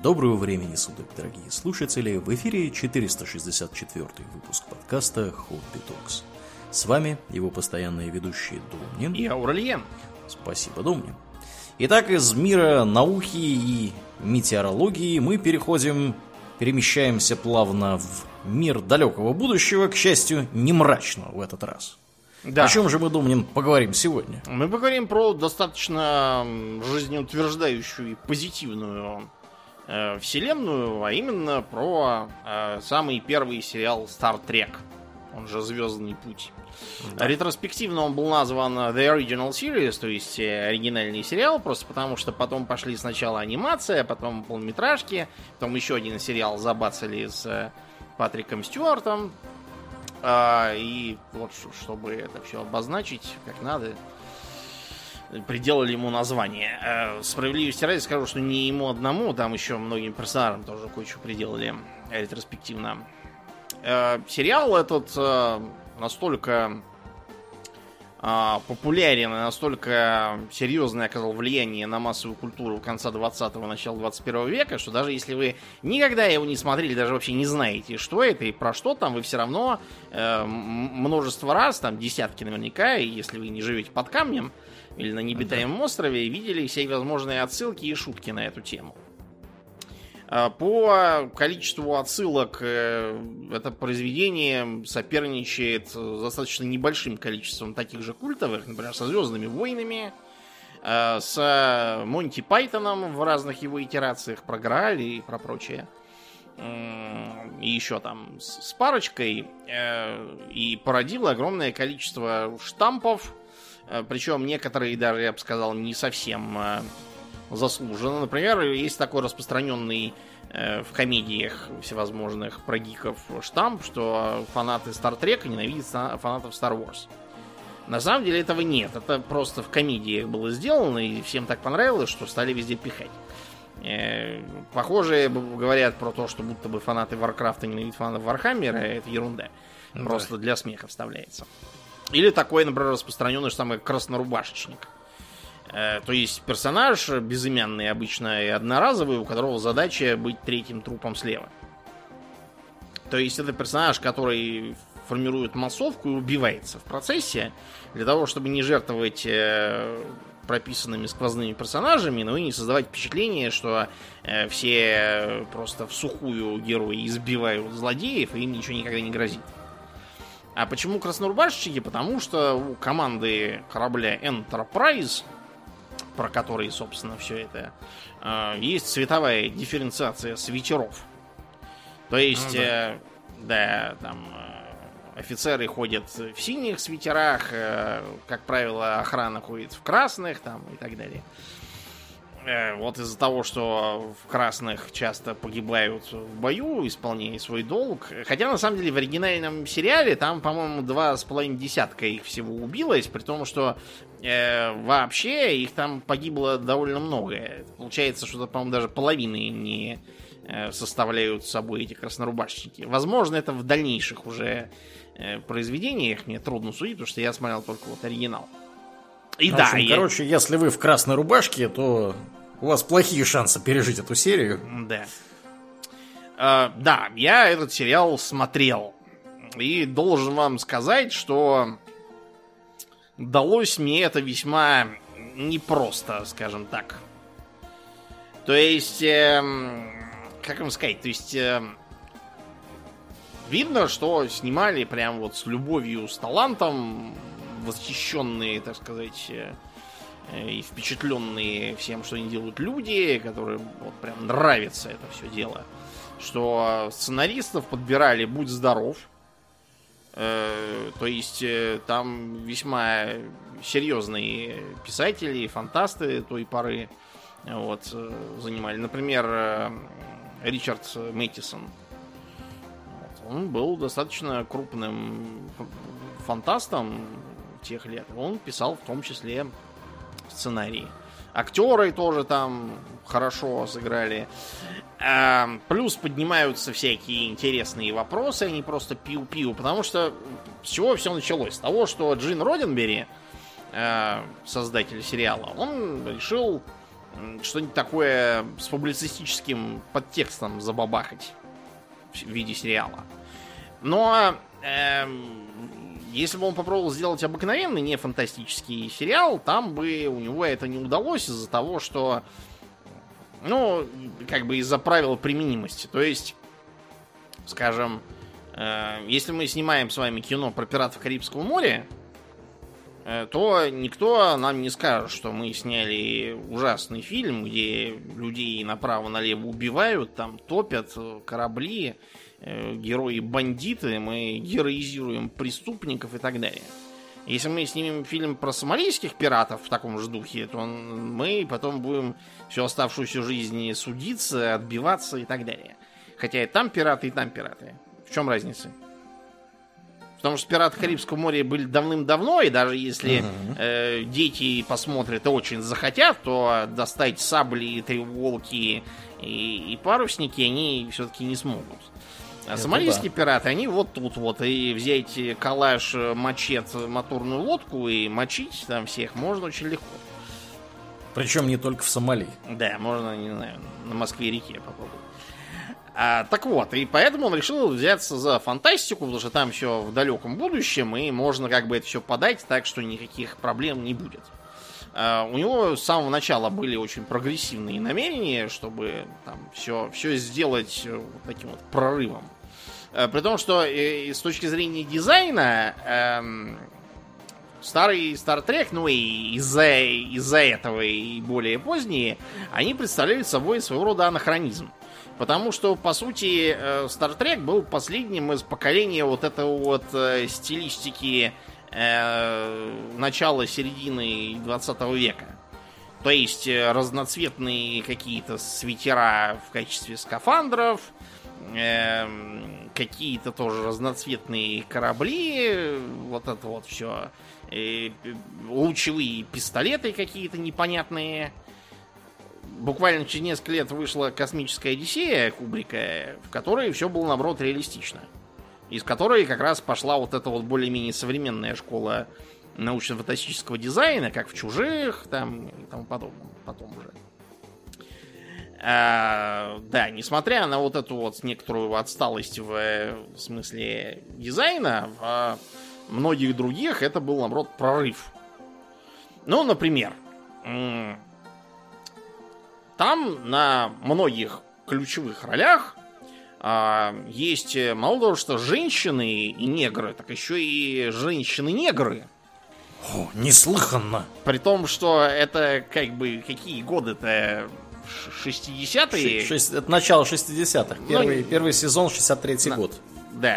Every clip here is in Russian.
Доброго времени суток, дорогие слушатели! В эфире 464-й выпуск подкаста Хобби Токс. С вами его постоянные ведущие Домнин и Аурельен. Спасибо, Домнин. Итак, из мира науки и метеорологии мы перемещаемся плавно в мир далекого будущего, к счастью, не мрачного в этот раз. Да. О чем же мы, Домнин, поговорим сегодня? Мы поговорим про достаточно жизнеутверждающую и позитивную вселенную, а именно про самый первый сериал Star Trek, он же «Звездный путь». Да. Ретроспективно он был назван The Original Series, то есть оригинальный сериал, просто потому что потом пошли сначала анимация, потом полнометражки, потом еще один сериал забацали с Патриком Стюартом. И вот, чтобы это все обозначить как надо, приделали ему название. Справедливости ради скажу, что не ему одному, там еще многим персонажам тоже кое-что приделали ретроспективно. Сериал этот настолько популярен и настолько серьезное оказал влияние на массовую культуру конца 20-го, начала 21 века, что даже если вы никогда его не смотрели, даже вообще не знаете, что это и про что там, вы все равно множество раз, там десятки наверняка, и если вы не живете под камнем или на необитаемом острове, видели все возможные отсылки и шутки на эту тему. По количеству отсылок это произведение соперничает с достаточно небольшим количеством таких же культовых, например, со «Звездными войнами», с Монти Пайтоном в разных его итерациях, про Грааль и про прочее. И еще там с парочкой. И породило огромное количество штампов, причем некоторые даже, я бы сказал, не совсем заслуженно. Например, есть такой распространенный в комедиях всевозможных про гиков штамп, что фанаты Star Trek ненавидят фанатов Star Wars. На самом деле этого нет. Это просто в комедиях было сделано, и всем так понравилось, что стали везде пихать. Похоже, говорят про то, что будто бы фанаты Варкрафта ненавидят фанатов Вархаммера. Это ерунда. Да. Просто для смеха вставляется. Или такой, например, распространенный, что самый краснорубашечник. То есть персонаж безымянный, обычно и одноразовый, у которого задача быть третьим трупом слева. То есть это персонаж, который формирует массовку и убивается в процессе, для того, чтобы не жертвовать прописанными сквозными персонажами, но и не создавать впечатление, что все просто в сухую герои избивают злодеев, и им ничего никогда не грозит. А почему краснорубашечники? Потому что у команды корабля Enterprise, про который, собственно, все это, есть цветовая дифференциация свитеров. То есть, да, там офицеры ходят в синих свитерах, как правило, охрана ходит в красных, там, и так далее. Вот из-за того, что в красных часто погибают в бою, исполняя свой долг. Хотя, на самом деле, в оригинальном сериале там, по-моему, 2,5 десятка их всего убилось, при том, что вообще их там погибло довольно много. Получается, что, по-моему, даже половины не составляют собой эти краснорубашечники. Возможно, это в дальнейших уже произведениях. Мне трудно судить, потому что я смотрел только вот оригинал. И в да, общем, короче, если вы в красной рубашке, то у вас плохие шансы пережить эту серию. Да. Да, я этот сериал смотрел. И должен вам сказать, что далось мне это весьма непросто, скажем так. То есть, как вам сказать, то есть видно, что снимали прям вот с любовью, с талантом, восхищенные, так сказать, и впечатленные всем, что они делают люди, которым вот прям нравится это все дело. Что сценаристов подбирали будь здоров. То есть там весьма серьезные писатели, фантасты той поры вот, занимали. Например, Ричард Мэттисон. Он был достаточно крупным фантастом тех лет. Он писал в том числе сценарии. Актеры тоже там хорошо сыграли. Плюс поднимаются всякие интересные вопросы, а не просто пиу-пиу. Потому что с чего все началось? С того, что Джин Роденберри, создатель сериала, он решил что-нибудь такое с публицистическим подтекстом забабахать в виде сериала. Но если бы он попробовал сделать обыкновенный, не фантастический сериал, там бы у него это не удалось из-за того, что, ну, как бы из-за правил применимости. То есть, скажем, если мы снимаем с вами кино про пиратов Карибского моря, то никто нам не скажет, что мы сняли ужасный фильм, где людей направо-налево убивают, там топят корабли, герои-бандиты, мы героизируем преступников и так далее. Если мы снимем фильм про сомалийских пиратов в таком же духе, то мы потом будем всю оставшуюся жизнь судиться, отбиваться и так далее. Хотя и там пираты, и там пираты. В чем разница? Потому что пираты Карибского моря были давным-давно, и даже если дети посмотрят и очень захотят, то достать сабли, треуголки и парусники они все-таки не смогут. А сомалийские пираты, они вот тут вот. И взять калаш, мачет, моторную лодку и мочить там всех можно очень легко. Причем не только в Сомали. Да, можно, не знаю, на Москве-реке попробовать. Так вот, и поэтому он решил взяться за фантастику, потому что там все в далеком будущем, и можно как бы это все подать так, что никаких проблем не будет. У него с самого начала были очень прогрессивные намерения, чтобы там все сделать вот таким вот прорывом. При том, что с точки зрения дизайна старый Star Trek, ну и из-за этого и более поздние, они представляют собой своего рода анахронизм. Потому что, по сути, Star Trek был последним из поколения вот этого вот стилистики начала-середины 20 века. То есть разноцветные какие-то свитера в качестве скафандров, какие-то тоже разноцветные корабли, вот это вот все, лучевые пистолеты какие-то непонятные. Буквально через несколько лет вышла «Космическая Одиссея» Кубрика, в которой все было, наоборот, реалистично. Из которой как раз пошла вот эта вот более-менее современная школа научно-фантастического дизайна, как в «Чужих» там, и тому подобное. Потом уже. Да, несмотря на вот эту вот некоторую отсталость в смысле дизайна, в многих других это был, наоборот, прорыв. Ну, например, там на многих ключевых ролях есть мало того, что женщины и негры, так еще и женщины-негры. О, неслыханно. При том, что это как бы какие годы-то? 60-е? Это начало 60-х. Первый сезон, 63-й год. Да.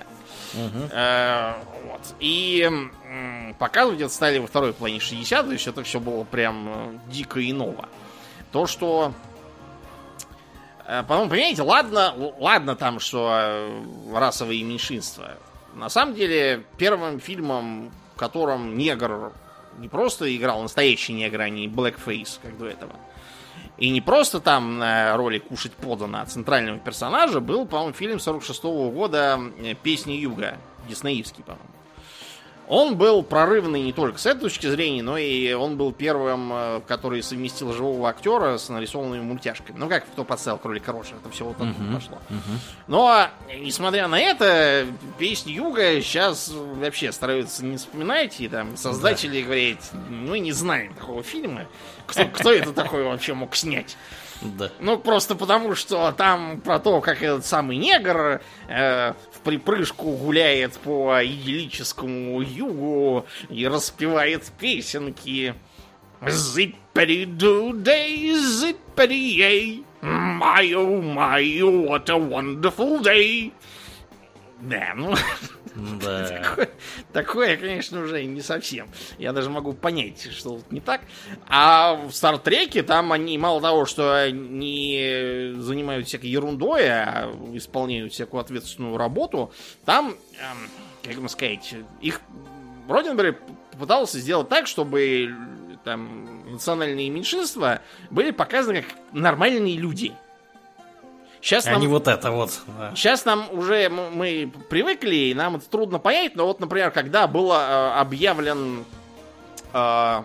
Вот. И показывать это стали во второй половине 60-х, то есть это все было прям дико и ново. То, что... По-моему, понимаете, ладно там, что расовые меньшинства. На самом деле, первым фильмом, в котором негр не просто играл настоящий негр, а не blackface, как до этого, и не просто там на роли кушать подано, а центрального персонажа, был, по-моему, фильм 46-го года «Песни Юга», диснеевский, по-моему. Он был прорывный не только с этой точки зрения, но и он был первым, который совместил живого актера с нарисованными мультяшками. Ну, как «Кто подставил кролика Роджера», это все вот оттуда пошло. Но, несмотря на это, «Песни Юга» сейчас вообще стараются не вспоминать, и там создатели говорят, мы не знаем такого фильма. Кто это такой вообще мог снять? Да. Ну, просто потому, что там про то, как этот самый негр в припрыжку гуляет по идиллическому югу и распевает песенки. Zippity-doo-day, zippity-yay, my oh my, what a wonderful day. Да, ну... Да. Такое, конечно, уже не совсем. Я даже могу понять, что тут не так. А в Стартреке там они мало того, что не занимают всякой ерундой, а исполняют всякую ответственную работу, там, как вам сказать, их Роденберг пытался сделать так, чтобы там национальные меньшинства были показаны как нормальные люди. Сейчас а не вот это вот. Да. Сейчас нам уже мы привыкли, и нам это трудно понять, но вот, например, когда был объявлен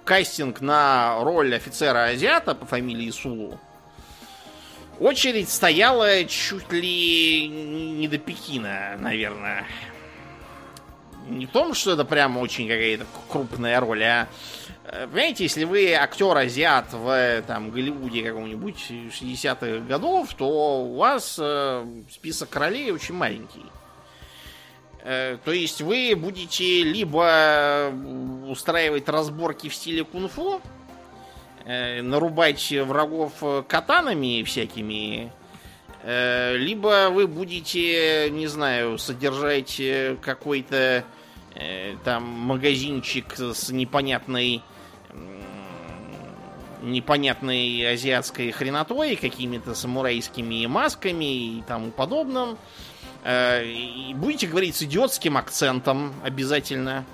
кастинг на роль офицера-азиата по фамилии Сулу, очередь стояла чуть ли не до Пекина, наверное. Не в том, что это прям очень какая-то крупная роль, а понимаете, если вы актер-азиат в там, Голливуде каком-нибудь 60-х годов, то у вас список ролей очень маленький. То есть вы будете либо устраивать разборки в стиле кунг-фу, нарубать врагов катанами всякими, либо вы будете, не знаю, содержать какой-то там магазинчик с непонятной азиатской хренотой, какими-то самурайскими масками и тому подобным. И будете говорить с идиотским акцентом обязательно.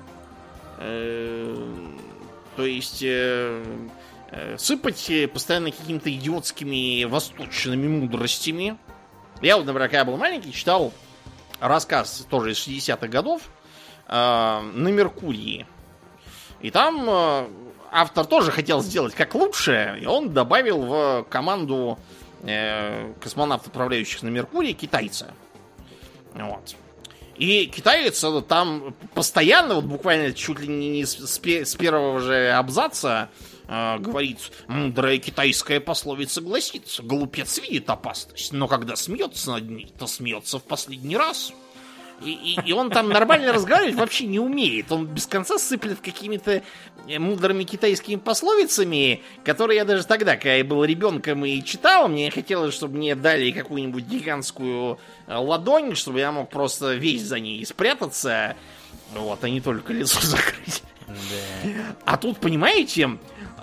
То есть сыпать постоянно какими-то идиотскими восточными мудростями. Я вот, например, когда был маленький, читал рассказ тоже из 60-х годов «На Меркурии». И там автор тоже хотел сделать как лучше, и он добавил в команду космонавтов, отправляющих на Меркурий, китайца. Вот. И китаец там постоянно, вот буквально чуть ли не с первого же абзаца, говорит: мудрая китайская пословица гласит: глупец видит опасность, но когда смеется над ней, то смеется в последний раз. И он там нормально разговаривать вообще не умеет. Он без конца сыплет какими-то мудрыми китайскими пословицами, которые я даже тогда, когда я был ребенком и читал, мне хотелось, чтобы мне дали какую-нибудь гигантскую ладонь, чтобы я мог просто весь за ней спрятаться, вот, а не только лицо закрыть. Да. А тут, понимаете,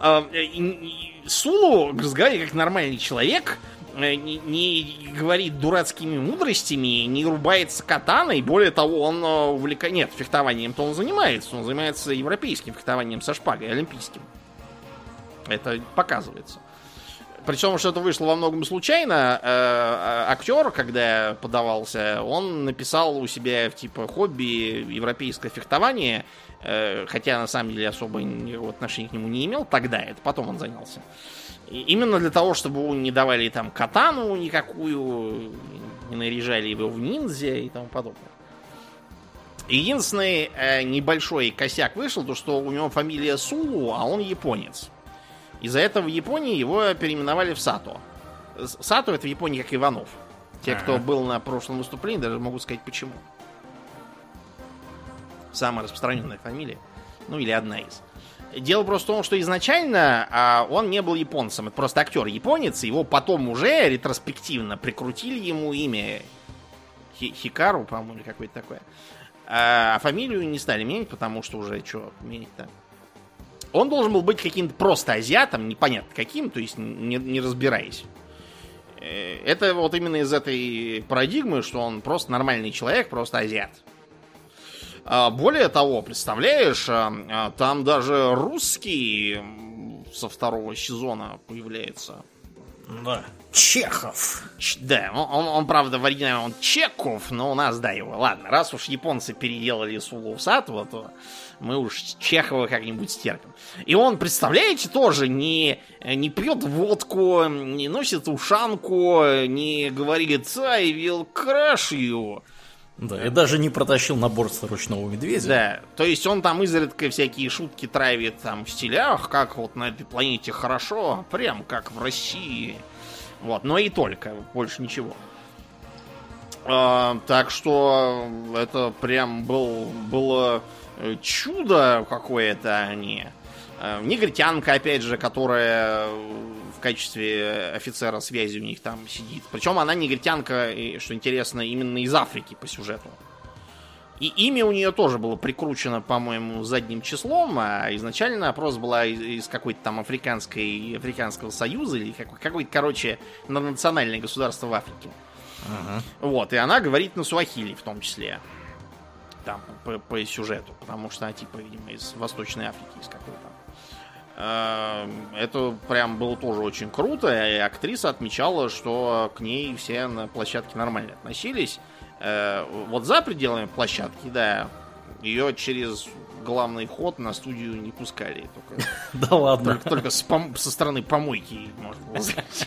Сулу разговаривает как нормальный человек, не говорит дурацкими мудростями, не рубается катаной. Более того, он увлекается... Нет, фехтованием-то он занимается европейским фехтованием со шпагой, олимпийским. Это показывается. Причем, что это вышло во многом случайно. Актер, когда подавался, он написал у себя в типа хобби европейское фехтование, хотя на самом деле особо никакого отношения к нему не имел тогда, это потом он занялся. И именно для того, чтобы ему не давали там катану никакую, не наряжали его в ниндзя и тому подобное. Единственный небольшой косяк вышел, то что у него фамилия Сулу, а он японец. Из-за этого в Японии его переименовали в Сато. Сато — это в Японии как Иванов. Те, кто был на прошлом выступлении, даже могут сказать почему. Самая распространенная фамилия. Ну или одна из. Дело просто в том, что изначально он не был японцем. Это просто актер японец. Его потом уже ретроспективно прикрутили ему имя Хикару, по-моему, или какое-то такое. А фамилию не стали менять, потому что уже что менять-то. Он должен был быть каким-то просто азиатом, непонятно каким, то есть не разбираясь. Это вот именно из этой парадигмы, что он просто нормальный человек, просто азиат. Более того, представляешь, там даже русский со второго сезона появляется. Да. Чехов. Да, он правда, в оригинале он Чеков, но у нас, да, его. Ладно, раз уж японцы переделали Сулу в Сатова, то мы уж Чехова как-нибудь стерпим. И он, представляете, тоже не пьет водку, не носит ушанку, не говорит «I will crush you». Да, и даже не протащил набор ручного медведя. Да, то есть он там изредка всякие шутки травит там в стилях, как вот на этой планете хорошо, прям как в России. Вот, но и только, больше ничего. Так что это прям было чудо какое-то, а не негритянка, опять же, которая в качестве офицера связи у них там сидит. Причем она негритянка, и, что интересно, именно из Африки по сюжету. И имя у нее тоже было прикручено, по-моему, задним числом, а изначально просто была из какой-то там Африканского союза или какой-то, короче, национальное государство в Африке. Ага. Вот, и она говорит на суахили в том числе. Там, по сюжету, потому что она, типа, видимо, из Восточной Африки, из какой-то. Это прям было тоже очень круто, и актриса отмечала, что к ней все на площадке нормально относились. Вот за пределами площадки, да, ее через главный ход на студию не пускали. Да ладно. Только со стороны помойки можно было зайти.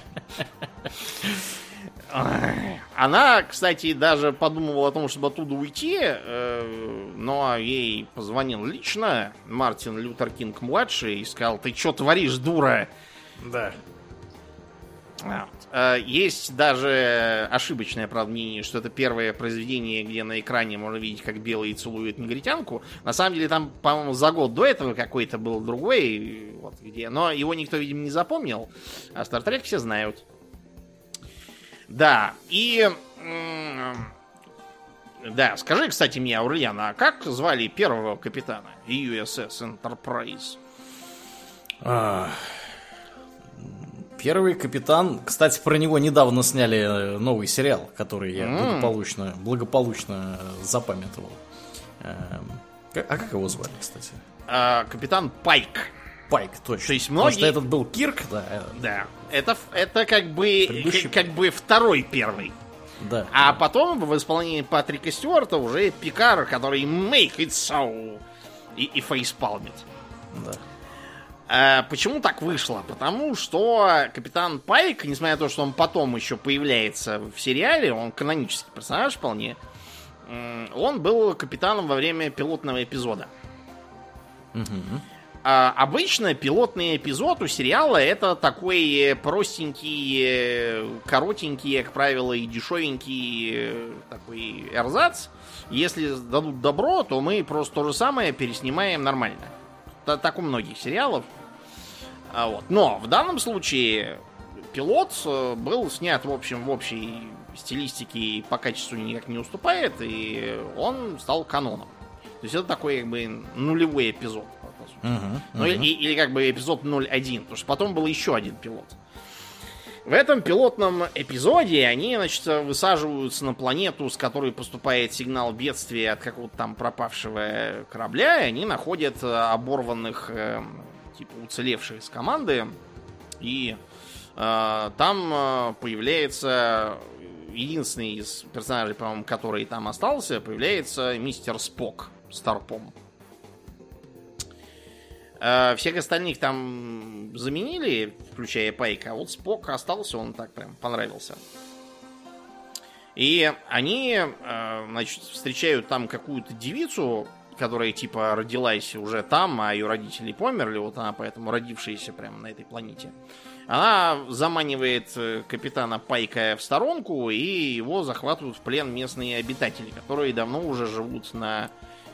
Она, кстати, даже подумывала о том, чтобы оттуда уйти, но ей позвонил лично Мартин Лютер Кинг-младший и сказал: ты что творишь, дура? Да. Есть даже ошибочное, правда, мнение, что это первое произведение, где на экране можно видеть, как белый целует негритянку. На самом деле там, по-моему, за год до этого какой-то был другой, вот где, но его никто, видимо, не запомнил, а Стартрек все знают. Да, и... Да, скажи, кстати, мне, Аурлиан, а как звали первого капитана USS Enterprise? Первый капитан... Кстати, про него недавно сняли новый сериал, который я благополучно запамятовал. А как его звали, кстати? Капитан Пайк. Пайк, точно. То есть Потому что этот был Кирк, да. Да. Это как бы второй первый. Да. А потом в исполнении Патрика Стюарта уже Пикар, который make it so и фейспалмит. Да. Почему так вышло? Потому что капитан Пайк, несмотря на то, что он потом еще появляется в сериале, он канонический персонаж вполне, он был капитаном во время пилотного эпизода. Угу. Обычно пилотный эпизод у сериала это такой простенький, коротенький, как правило, и дешевенький такой эрзац. Если дадут добро, то мы просто то же самое переснимаем нормально. Так у многих сериалов. Вот. Но в данном случае пилот был снят, в общем, в общей стилистике и по качеству никак не уступает, и он стал каноном. То есть это такой как бы нулевой эпизод. Ну, или как бы эпизод 0.1, потому что потом был еще один пилот. В этом пилотном эпизоде они, значит, высаживаются на планету, с которой поступает сигнал бедствия от какого-то там пропавшего корабля, и они находят оборванных, типа, уцелевших с команды, и там появляется единственный из персонажей, по-моему, который там остался, появляется мистер Спок с торпом. Всех остальных там заменили, включая Пайка, а вот Спок остался, он так прям понравился. И они, значит, встречают там какую-то девицу, которая типа родилась уже там, а ее родители померли, вот она поэтому родившаяся прямо на этой планете. Она заманивает капитана Пайка в сторонку, и его захватывают в плен местные обитатели, которые давно уже живут на...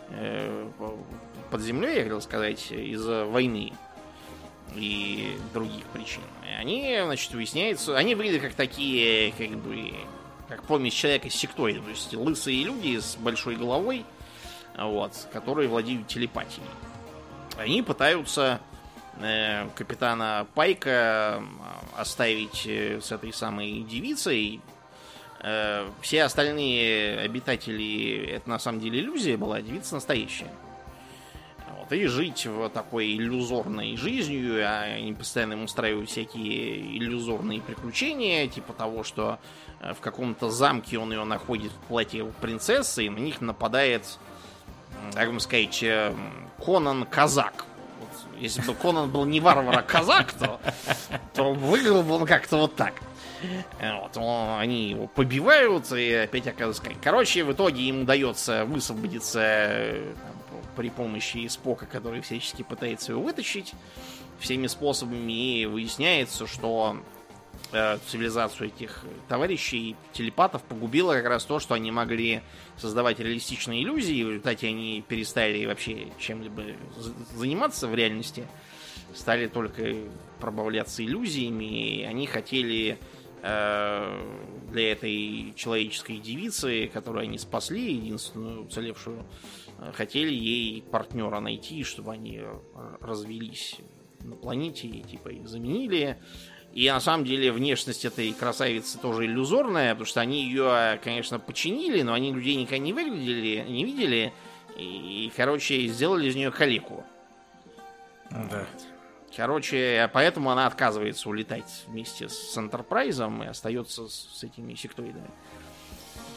под землей, я хотел сказать, из-за войны и других причин. И они, значит, выясняется, они выглядят как такие, как бы, как помесь человека с сектоидом, то есть лысые люди с большой головой, вот, которые владеют телепатией. Они пытаются капитана Пайка оставить с этой самой девицей. Все остальные обитатели, это на самом деле иллюзия была, девица настоящая. Вот, и жить в такой иллюзорной жизнью, они постоянно им устраивают всякие иллюзорные приключения, типа того, что в каком-то замке он ее находит в платье принцессы, и на них нападает, как вам сказать, Конан Казак. Вот, если бы Конан был не варвар, а казак, то выглядел бы он как-то вот так. Вот, они его побивают и опять оказывается. Короче, в итоге им удается высвободиться при помощи Спока, который всячески пытается его вытащить всеми способами, и выясняется, что цивилизацию этих товарищей телепатов погубило как раз то, что они могли создавать реалистичные иллюзии, и в результате они перестали вообще чем-либо заниматься в реальности, стали только пробавляться иллюзиями, и они хотели для этой человеческой девицы, которую они спасли, единственную уцелевшую, хотели ей партнера найти, чтобы они развелись на планете и типа их заменили. И на самом деле внешность этой красавицы тоже иллюзорная, потому что они ее, конечно, починили, но они людей никогда не выглядели, не видели, и, короче, сделали из нее калеку. Да. Короче, поэтому она отказывается улетать вместе с Энтерпрайзом и остается с этими сектоидами.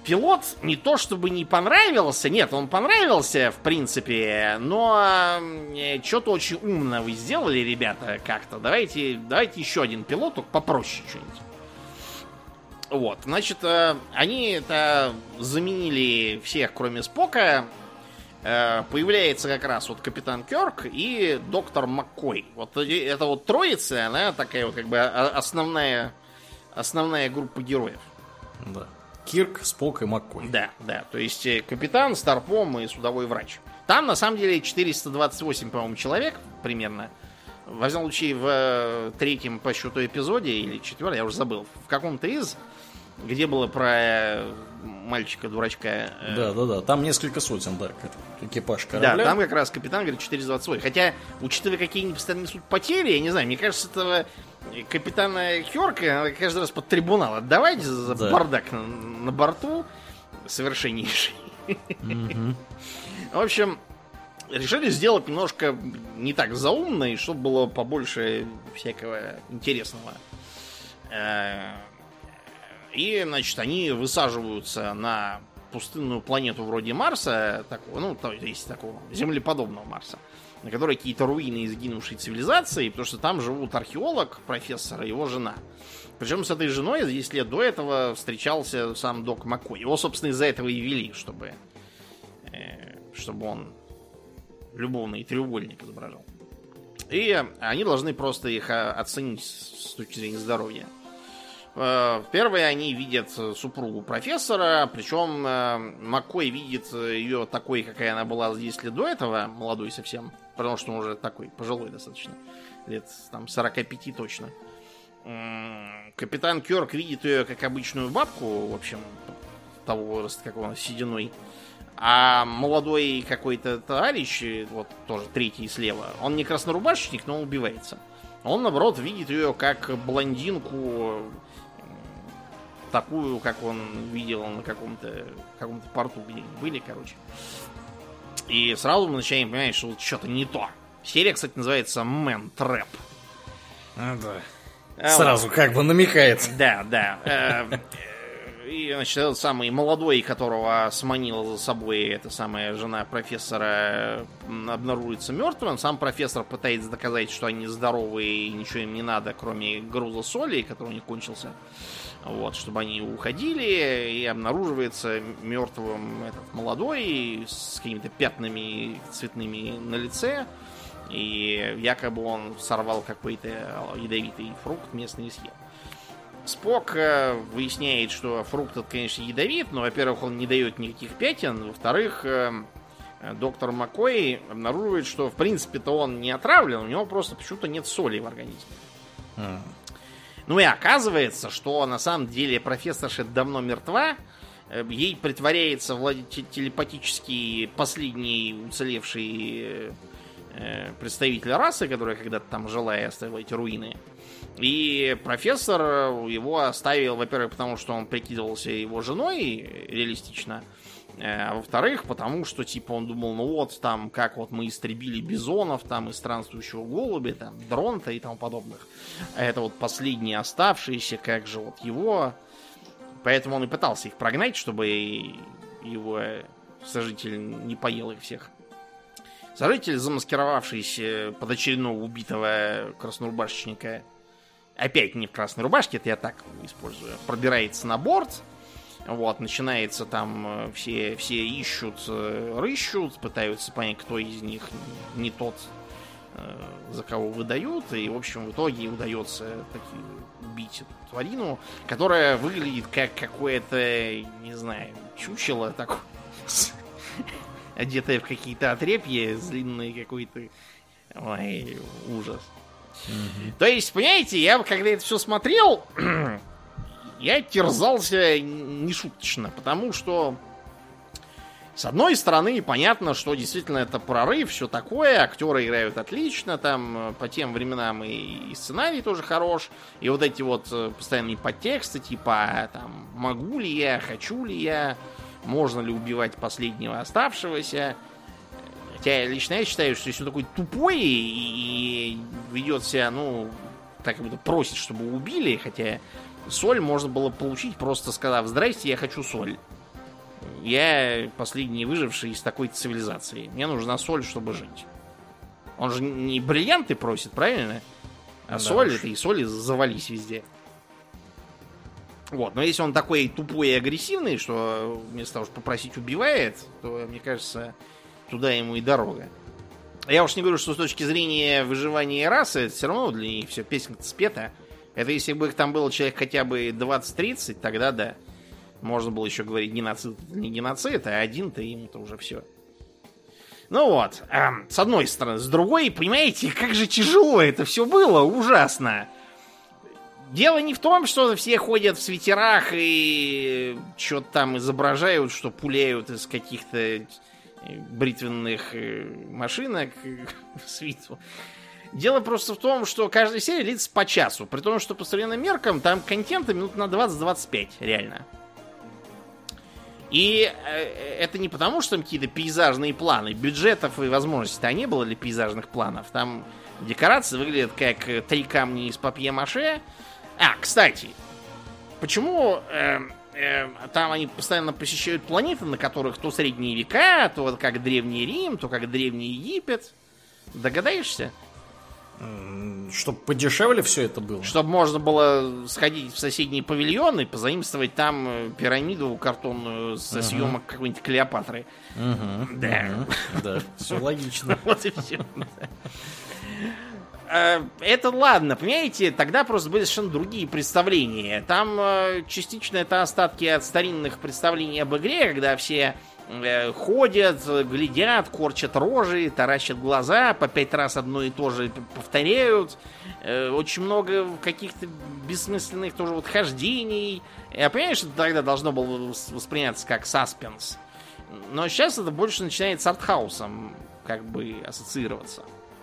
Пилот не то чтобы не понравился, нет, он понравился, в принципе, но что-то очень умно вы сделали, ребята, как-то. Давайте еще один пилот, только попроще что-нибудь. Вот, значит, они это заменили всех, кроме Спока. Появляется как раз вот капитан Кёрк и доктор Маккой. Вот это вот троица, она такая вот как бы основная группа героев. Да. Кирк, Спок и Маккой. Да. То есть капитан, Старпом и судовой врач. Там, на самом деле, 428, по-моему, человек примерно. Во всяком случае, в третьем по счету эпизоде, или четвертом, я уже забыл, в каком-то из, где было про мальчика-дурачка. Да. Там несколько сотен, да, экипаж корабля. Да, там как раз капитан говорит 428. Хотя, учитывая, какие они постоянно несут потери, я не знаю, мне кажется, этого капитана Кёрка надо каждый раз под трибунал отдавать за бардак на борту совершеннейший. В общем, решили сделать немножко не так заумно, и чтобы было побольше всякого интересного. И, значит, они высаживаются на пустынную планету вроде Марса, такого, ну, то есть такого землеподобного Марса, на которой какие-то руины изгинувшей цивилизации, потому что там живут археолог, профессор и его жена. Причем с этой женой за 10 лет до этого встречался сам док Маккой. Его, собственно, из-за этого и вели, чтобы он любовный треугольник изображал. И они должны просто их оценить с точки зрения здоровья. Первые они видят супругу профессора, причем Маккой видит ее такой, какая она была 10 лет до этого, молодой совсем, потому что он уже такой пожилой достаточно, лет там 45 точно. Капитан Кёрк видит ее как обычную бабку, в общем, того возраста, как он, сединой. А молодой какой-то товарищ, вот тоже третий слева, он не краснорубашечник, но он убивается. Он, наоборот, видит ее как блондинку, такую, как он видел на каком-то порту, где они были, короче. И сразу мы начинаем понимать, что вот что-то не то. Серия, кстати, называется Man Trap. Да. Сразу как бы намекает. Да. И, значит, этот самый молодой, которого сманила за собой эта самая жена профессора, обнаружится мертвым. Сам профессор пытается доказать, что они здоровые и ничего им не надо, кроме груза соли, который у них кончился. Вот, чтобы они уходили, и обнаруживается мертвым этот молодой с какими-то пятнами цветными на лице. И якобы он сорвал какой-то ядовитый фрукт местный и съел. Спок выясняет, что фрукт этот, конечно, ядовит, но, во-первых, он не дает никаких пятен, во-вторых, доктор Маккой обнаруживает, что, в принципе-то, он не отравлен, у него просто почему-то нет соли в организме. Ну и оказывается, что на самом деле профессорша давно мертва, ей притворяется телепатический последний уцелевший представитель расы, которая когда-то там жила и оставила эти руины. И профессор его оставил, во-первых, потому что он прикидывался его женой реалистично, а во-вторых, потому что, типа, он думал, ну вот, там, как вот мы истребили бизонов, там, и странствующего голубя, там, дронта и тому подобных. А это вот последние оставшиеся, как же вот его... Поэтому он и пытался их прогнать, чтобы его сожитель не поел их всех. Сожитель, замаскировавшийся под очередного убитого краснорубашечника, опять не в красной рубашке, это я так использую, пробирается на борт. Вот, начинается там, все ищут, рыщут, пытаются понять, кто из них не тот, за кого выдают. И, в общем, в итоге удается таки убить эту тварину, которая выглядит как какое-то, не знаю, чучело такое, одетое в какие-то отрепья, с длинной какой-то... Ой, ужас. То есть, понимаете, я когда это все смотрел, я терзался нешуточно, потому что, с одной стороны, понятно, что действительно это прорыв, все такое, актеры играют отлично, там по тем временам и сценарий тоже хорош, и вот эти вот постоянные подтексты, типа, там, могу ли я, хочу ли я, можно ли убивать последнего оставшегося. Хотя лично я считаю, что если он такой тупой и ведет себя, ну, так как будто просит, чтобы убили, хотя соль можно было получить, просто сказав: здрасте, я хочу соль. я последний выживший из такой цивилизации. Мне нужна соль, чтобы жить. Он же не бриллианты просит, правильно? А да соль уж. Это и соли завались везде. Вот, но если он такой тупой и агрессивный, что вместо того, чтобы попросить, убивает, то, мне кажется, туда ему и дорога. Я уж не говорю, что с точки зрения выживания расы, это все равно для них все песенка-то спета. Это если бы их там было человек хотя бы 20-30, тогда да. Можно было еще говорить геноцид, не геноцид, а один-то ему-то уже все. Ну вот, с одной стороны. С другой, понимаете, как же тяжело это все было, ужасно. Дело не в том, что все ходят в свитерах и что-то там изображают, что пуляют из каких-то бритвенных машинок в свиту. Дело просто в том, что каждая серия длится по часу. При том, что по современным меркам там контента минут на 20-25, реально. И это не потому, что там какие-то пейзажные планы. Бюджетов и возможностей-то не было для пейзажных планов. Там декорации выглядят как 3 камня из папье-маше. Кстати, почему там они постоянно посещают планеты, на которых то средние века, то как Древний Рим, то как Древний Египет? Догадаешься? Чтобы подешевле все это было. Чтобы можно было сходить в соседние павильоны, позаимствовать там пирамиду картонную со съемок какой-нибудь Клеопатры. Да, все логично. Вот и все. Это ладно, понимаете, тогда просто были совершенно другие представления. Там частично это остатки от старинных представлений об игре, когда все ходят, глядят, корчат рожи, таращат глаза, по 5 раз одно и то же повторяют. Очень много каких-то бессмысленных тоже вот хождений. Я понимаю, что тогда должно было восприняться как саспенс. Но сейчас это больше начинает с артхаусом как бы ассоциироваться.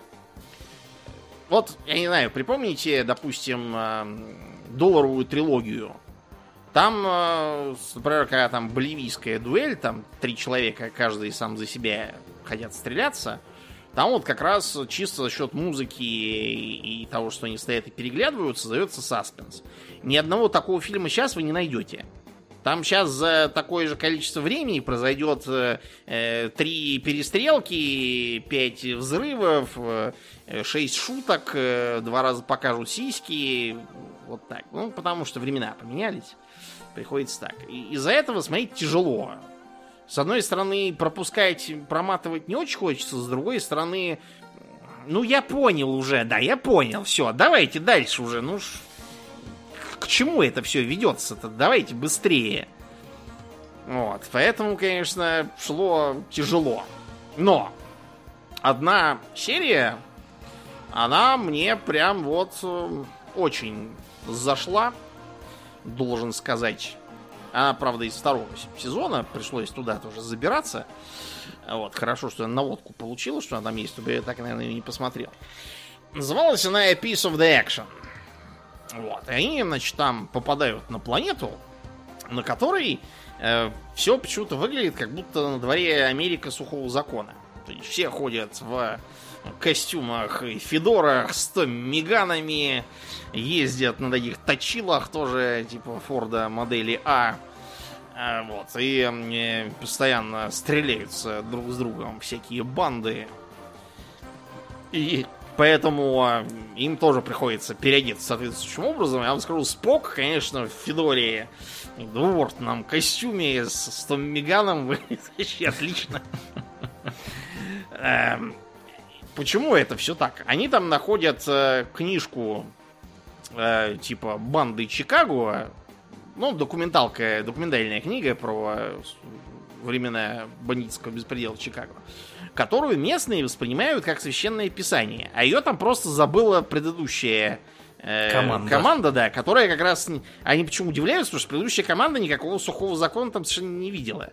Вот, я не знаю, припомните, допустим, долларовую трилогию. Там, например, когда там боливийская дуэль, там 3 человека, каждый сам за себя хотят стреляться, там вот как раз чисто за счет музыки и того, что они стоят и переглядываются, создается саспенс. Ни одного такого фильма сейчас вы не найдете. Там сейчас за такое же количество времени произойдет 3 перестрелки, 5 взрывов, 6 шуток, 2 раза покажут сиськи. Вот так. Ну, потому что времена поменялись. Приходится так. И из-за этого смотреть тяжело. С одной стороны, пропускать, проматывать не очень хочется. С другой стороны, ну, я понял уже. Да, я понял. Все, давайте дальше уже. Ну, к чему это все ведется-то? Давайте быстрее. Вот. Поэтому, конечно, шло тяжело. Но одна серия, она мне прям вот очень зашла, должен сказать. Она, правда, из 2-го сезона. Пришлось туда тоже забираться. Вот. Хорошо, что я наводку получил, что она там есть. Я так, наверное, и не посмотрел. Называлась она A Piece of the Action. Вот. И они, значит, там попадают на планету, на которой все почему-то выглядит, как будто на дворе Америка сухого закона. То есть все ходят в костюмах и федорах с томмиганами, ездят на таких точилах тоже, типа Форда модели А. Вот. И постоянно стреляются друг с другом всякие банды. И поэтому им тоже приходится переодеться соответствующим образом. Я вам скажу, Спок, конечно, в федоре и двубортном костюме с томмиганом выглядит вообще отлично. Почему это все так? Они там находят книжку типа «Банды Чикаго». Ну, документальная книга про времена бандитского беспредела в Чикаго, которую местные воспринимают как священное писание. А ее там просто забыла предыдущая команда, да, которая как раз... Они почему удивляются, потому что предыдущая команда никакого сухого закона там совершенно не видела.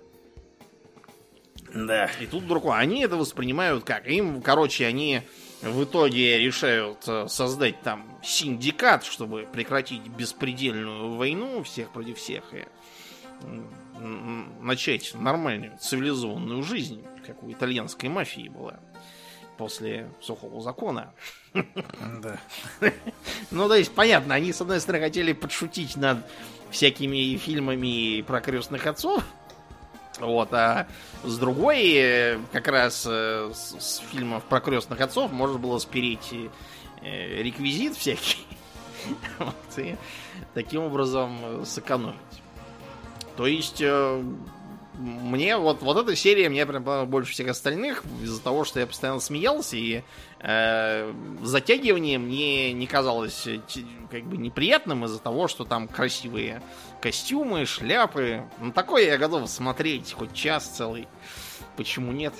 Да. И тут вдруг они это воспринимают как? Им, короче, они в итоге решают создать там синдикат, чтобы прекратить беспредельную войну всех против всех и начать нормальную цивилизованную жизнь, как у итальянской мафии была после сухого закона. Да. Ну, то есть, понятно, они, с одной стороны, хотели подшутить над всякими фильмами про крестных отцов, Вот, а с другой, как раз с фильмов про крестных отцов можно было спереть реквизит всякий. Вот, и таким образом сэкономить. То есть, мне вот эта серия мне прям понравилась больше всех остальных из-за того, что я постоянно смеялся, и затягивание мне не казалось как бы неприятным из-за того, что там красивые костюмы, шляпы. Ну, такое я готов смотреть хоть час целый. Почему нет?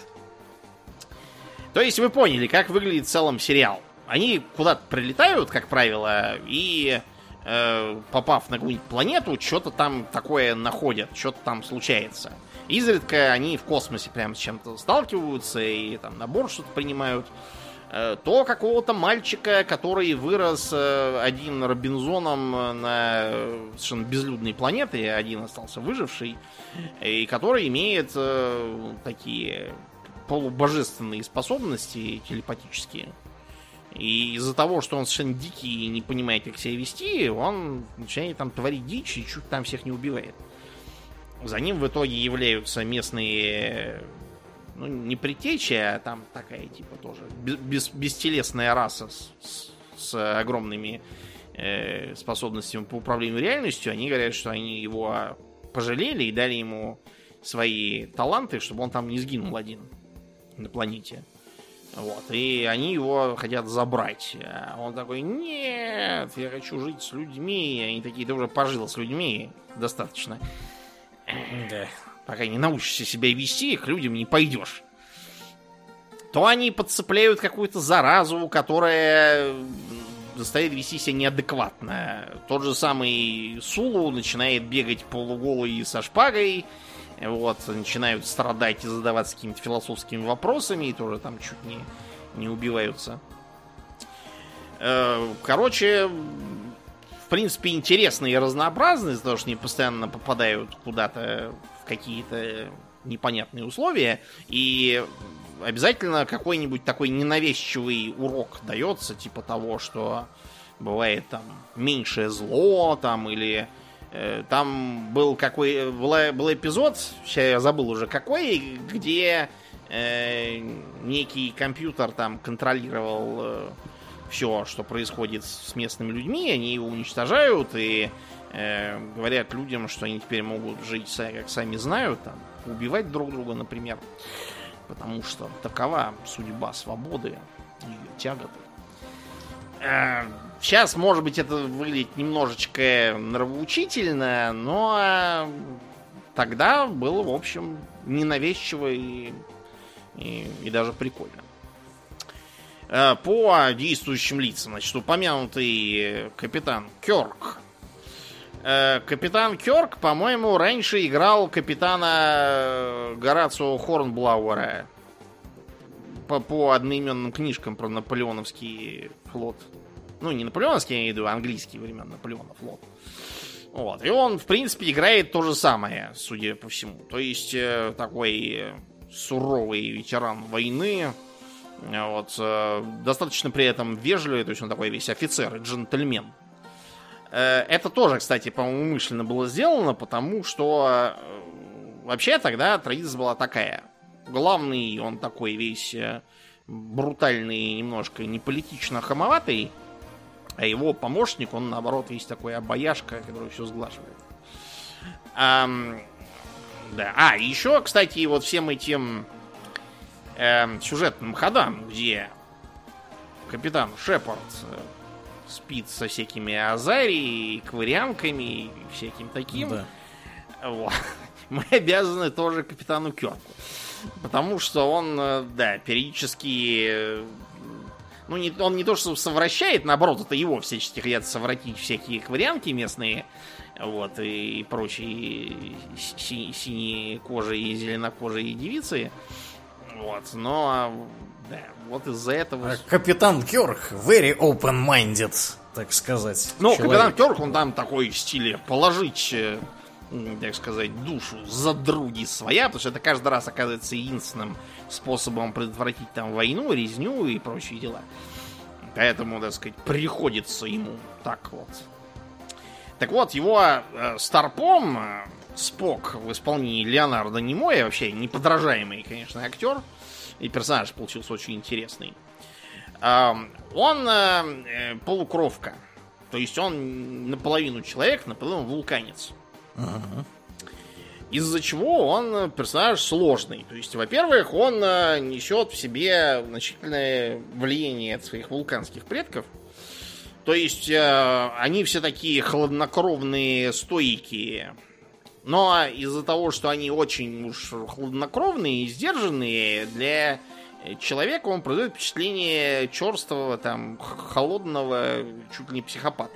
То есть вы поняли, как выглядит в целом сериал. Они куда-то прилетают, как правило, и попав на какую-нибудь планету, что-то там такое находят, что-то там случается. Изредка они в космосе прям с чем-то сталкиваются и там на борт что-то принимают. То какого-то мальчика, который вырос один Робинзоном на совершенно безлюдной планете, один остался выживший, и который имеет такие полубожественные способности телепатические. И из-за того, что он совершенно дикий и не понимает, как себя вести, он начинает там творить дичь и чуть там всех не убивает. За ним в итоге являются местные, ну, не предтечи, а там такая, типа, тоже бестелесная раса с огромными способностями по управлению реальностью. Они говорят, что они его пожалели и дали ему свои таланты, чтобы он там не сгинул один на планете. Вот. И они его хотят забрать. А он такой: нет, я хочу жить с людьми. И они такие: ты уже пожил с людьми достаточно. Да. Пока не научишься себя вести, к людям не пойдешь. То они подцепляют какую-то заразу, которая заставит вести себя неадекватно. Тот же самый Сулу начинает бегать полуголый со шпагой. Вот, начинают страдать и задаваться какими-то философскими вопросами, и тоже там чуть не убиваются. Короче, в принципе, интересные и разнообразные, потому что они постоянно попадают куда-то в какие-то непонятные условия, и обязательно какой-нибудь такой ненавязчивый урок дается, типа того, что бывает там меньшее зло, там, или там был был эпизод, сейчас я забыл уже какой, где некий компьютер там контролировал все, что происходит с местными людьми, они его уничтожают и говорят людям, что они теперь могут жить, как сами знают, там, убивать друг друга, например, потому что такова судьба свободы, ее тяготы. Сейчас, может быть, это выглядит немножечко нравоучительно, но тогда было, в общем, ненавязчиво и даже прикольно. По действующим лицам, значит, упомянутый капитан Кёрк. Капитан Кёрк, по-моему, раньше играл капитана Горацио Хорнблауэра по одноименным книжкам про наполеоновский флот. Ну, не наполеоновский, я имею в виду, английский времен Наполеона флот. Вот. И он, в принципе, играет то же самое, судя по всему. То есть, такой суровый ветеран войны. Вот. Достаточно при этом вежливый, то есть он такой весь офицер и джентльмен. Это тоже, кстати, по-моему, умышленно было сделано, потому что вообще тогда традиция была такая. Главный, он такой весь брутальный, немножко неполитично хамоватый, а его помощник, он, наоборот, весь такой обаяшка, который все сглаживает. Да. Еще, кстати, вот всем этим сюжетным ходам, где капитан Шепард спит со всякими азарией, квырянками и всяким таким. Да. Вот. Мы обязаны тоже капитану Кёрку. Потому что он, да, периодически... Ну, он не то, что совращает, наоборот, это его всячески хотят совратить всякие квырянки местные, вот, и прочие синие кожи и зеленокожие девицы. Вот, но... Да, вот из-за этого... Капитан Кёрк very open-minded, так сказать. Ну, капитан Кёрк, он там такой в стиле положить, так сказать, душу за други своя, потому что это каждый раз оказывается единственным способом предотвратить там войну, резню и прочие дела. Поэтому, так сказать, приходится ему так вот. Так вот, его старпом, Спок в исполнении Леонардо Немоя, вообще неподражаемый, конечно, актер, и персонаж получился очень интересный. Он полукровка, то есть он наполовину человек, наполовину вулканец. Из-за чего он персонаж сложный. То есть, во-первых, он несет в себе значительное влияние от своих вулканских предков. То есть, они все такие хладнокровные, стойкие. Но из-за того, что они очень уж хладнокровные и сдержанные, для человека он производит впечатление черствого, там, холодного, чуть ли не психопата.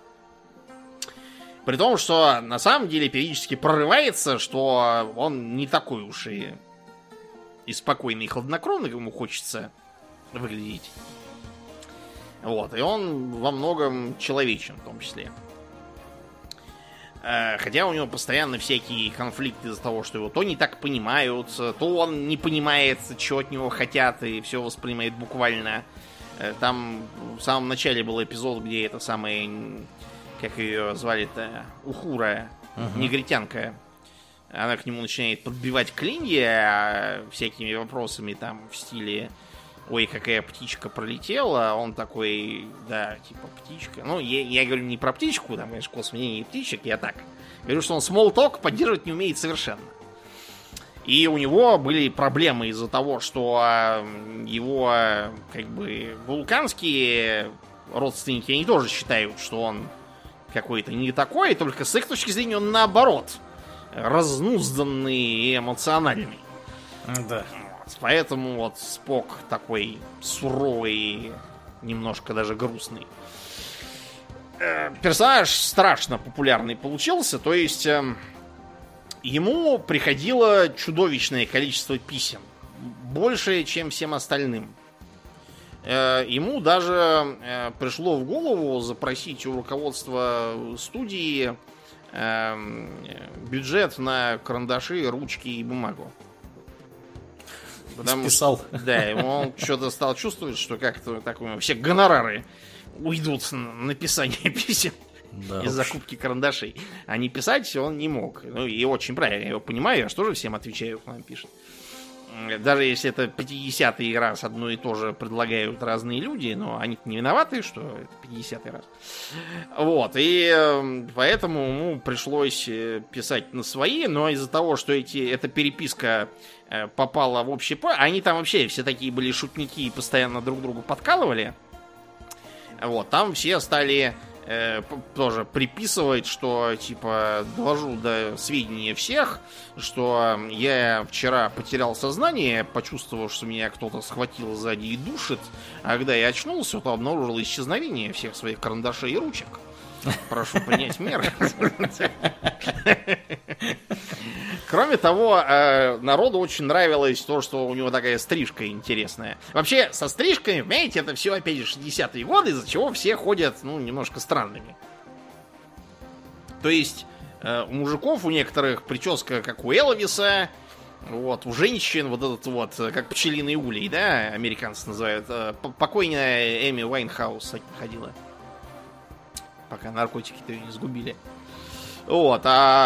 При том, что на самом деле периодически прорывается, что он не такой уж и спокойный и хладнокровный, как ему хочется выглядеть. Вот, и он во многом человечен в том числе. Хотя у него постоянно всякие конфликты из-за того, что его то не так понимают, то он не понимает, чего от него хотят, и все воспринимает буквально. Там в самом начале был эпизод, где это самое... Как ее звали-то? Ухура, негритянка. Она к нему начинает подбивать клинья всякими вопросами там в стиле ой, какая птичка пролетела. Он такой, да, типа птичка. Ну, я говорю не про птичку, там, конечно, космонение птичек, я так. Говорю, что он small talk поддерживать не умеет совершенно. И у него были проблемы из-за того, что его, как бы, вулканские родственники, они тоже считают, что он какой-то не такой, только с их точки зрения он наоборот разнузданный и эмоциональный. Да. Вот, поэтому вот Спок такой суровый, немножко даже грустный. Персонаж страшно популярный получился, то есть ему приходило чудовищное количество писем, больше, чем всем остальным. Ему даже пришло в голову запросить у руководства студии бюджет на карандаши, ручки и бумагу. Списал. Да, он что-то стал чувствовать, что как-то так все гонорары уйдут на написание писем и закупки карандашей. А не писать он не мог. Ну и очень правильно, я его понимаю, я же тоже всем отвечаю, кто нам пишет. Даже если это 50-й раз одно и то же предлагают разные люди, но они не виноваты, что это 50-й раз. Вот, и поэтому ему пришлось писать на свои, но из-за того, что эта переписка попала в общий... Они там вообще все такие были шутники и постоянно друг другу подкалывали. Вот, там все стали тоже приписывать, что, типа, довожу до сведения всех, что я вчера потерял сознание, почувствовав, что меня кто-то схватил сзади и душит, а когда я очнулся, то обнаружил исчезновение всех своих карандашей и ручек. Прошу принять меры. Кроме того, народу очень нравилось то, что у него такая стрижка интересная. Вообще, со стрижками, понимаете, это все, опять же, 60-е годы, из-за чего все ходят, ну, немножко странными. То есть, у мужиков, у некоторых прическа, как у Элвиса, вот, у женщин вот этот вот, как пчелиный улей, да, американцы называют. Покойная Эми Уайнхаус ходила. Пока наркотики-то ее не сгубили. Вот,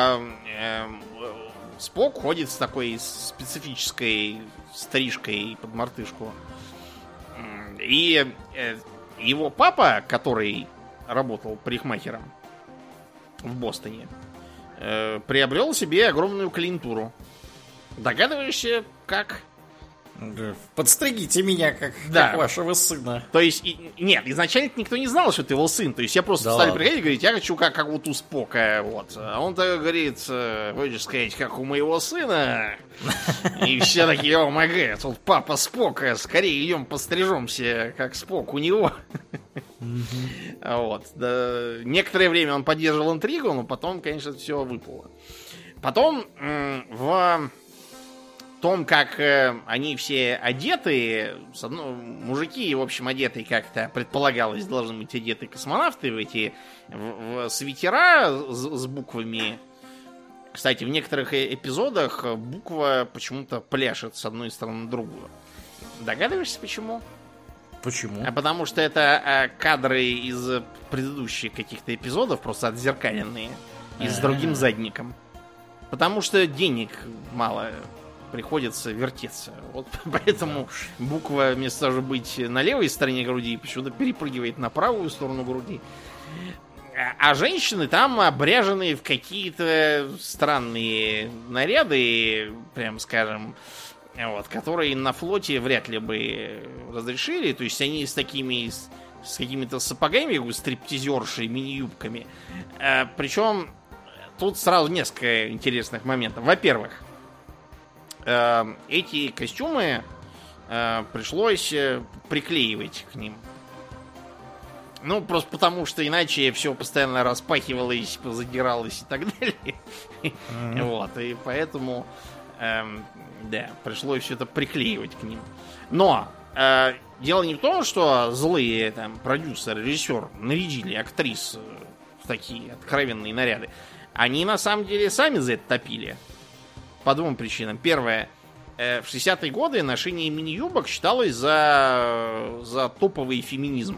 Спок ходит с такой специфической стрижкой под мартышку. И его папа, который работал парикмахером в Бостоне, приобрел себе огромную клиентуру. Догадываешься, как? Подстригите меня, как вашего сына. То есть, нет, изначально никто не знал, что это его сын. То есть, я просто стали приходить и говорить, я хочу как вот у Спока. Вот. А он так говорит, хочешь сказать, как у моего сына? И все такие, о май гад, вот папа Спока, скорее идем пострижемся, как Спок у него. Вот. Некоторое время он поддерживал интригу, но потом, конечно, все выпало. Потом в том, как они все одеты, мужики, в общем, одеты как-то, предполагалось, должны быть одеты космонавты в эти в свитера с буквами. Кстати, в некоторых эпизодах буква почему-то пляшет с одной стороны на другую. Догадываешься, почему? Почему? А потому что это кадры из предыдущих каких-то эпизодов, просто отзеркаленные, и с другим задником. Потому что денег мало, приходится вертеться. Вот поэтому буква вместо того, чтобы быть на левой стороне груди, почему-то перепрыгивает на правую сторону груди. А женщины там обряжены в какие-то странные наряды, прям скажем, вот, которые на флоте вряд ли бы разрешили. То есть они с какими-то сапогами, как бы стриптизерши, мини-юбками. Причем тут сразу несколько интересных моментов. Во-первых, эти костюмы пришлось приклеивать к ним. Ну, просто потому, что иначе все постоянно распахивалось, задиралось и так далее. Вот, и поэтому, да, пришлось все это приклеивать к ним. Но дело не в том, что злые там продюсер, режиссер нарядили актрис в такие откровенные наряды. Они на самом деле сами за это топили. По двум причинам. Первое. В 60-е годы ношение мини-юбок считалось за топовый феминизм.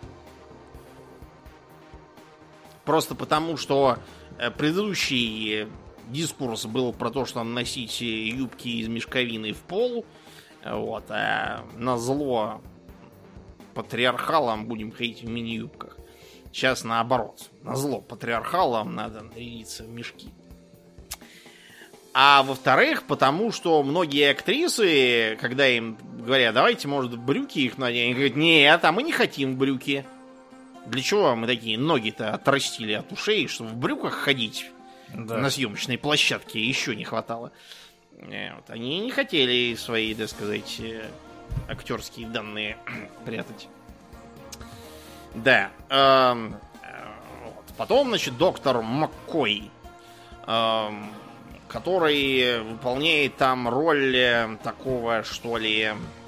Просто потому, что предыдущий дискурс был про то, что носить юбки из мешковины в пол. Вот, а назло патриархалам будем ходить в мини-юбках. Сейчас наоборот. Назло патриархалам надо нарядиться в мешки. А во-вторых, потому что многие актрисы, когда им говорят, давайте, может, брюки их наденем, они говорят, нет, а мы не хотим брюки. Для чего мы такие ноги-то отрастили от ушей, чтобы в брюках ходить на съемочной площадке? Еще не хватало. Вот. Они не хотели свои, так сказать, актерские данные прятать. Да. Вот. Потом, значит, доктор Маккой, который выполняет там роль такого, что ли,